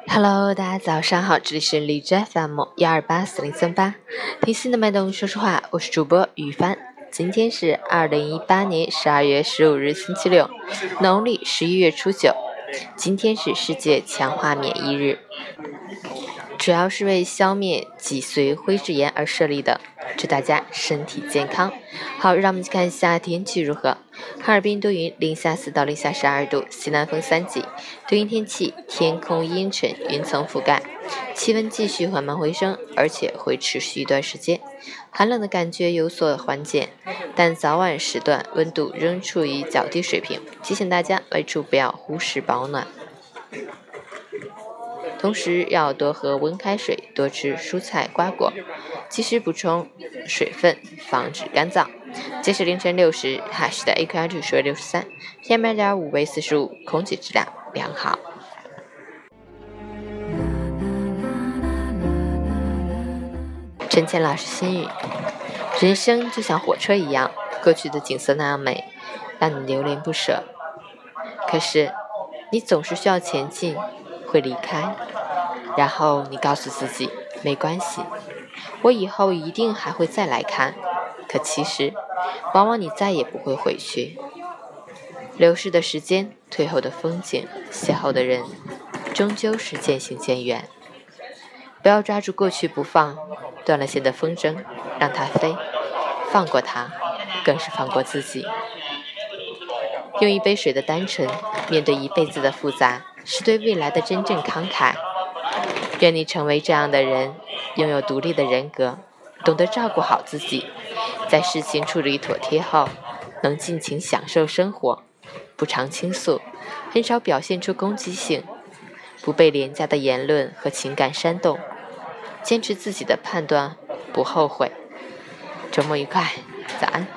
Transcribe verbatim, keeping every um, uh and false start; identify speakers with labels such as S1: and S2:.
S1: Hello， 大家早上好，这里是荔枝 F M 一二八四零三八，听心的脉动，说实话，我是主播雨帆。今天是二零一八年十二月十五日，星期六，农历十一月初九。今天是世界强化免疫日，主要是为消灭脊髓灰质炎而设立的，祝大家身体健康。好，让我们去看一下天气如何。哈尔滨多云，零下四到零下十二度，西南风三级，多云天气，天空阴沉，云层覆盖，气温继续缓慢回升，而且会持续一段时间，寒冷的感觉有所缓解，但早晚时段温度仍处于较低水平，提醒大家外出不要忽视保暖。同时要多喝温开水，多吃蔬菜瓜果，及时补充水分，防止干燥。截止凌晨六时，哈市的 A Q I 指数为六十三 ，P M 二点五 为四十五，空气质量良好。陈倩老师心语：人生就像火车一样，过去的景色那样美，让你流连不舍。可是，你总是需要前进，会离开，然后你告诉自己没关系，我以后一定还会再来看。可其实，往往你再也不会回去。流逝的时间，退后的风景，邂逅的人，终究是渐行渐远。不要抓住过去不放，断了线的风筝，让它飞。放过它，更是放过自己。用一杯水的单纯，面对一辈子的复杂，是对未来的真正慷慨。愿你成为这样的人，拥有独立的人格，懂得照顾好自己，在事情处理妥帖后，能尽情享受生活，不常倾诉，很少表现出攻击性，不被廉价的言论和情感煽动，坚持自己的判断，不后悔。周末愉快，早安。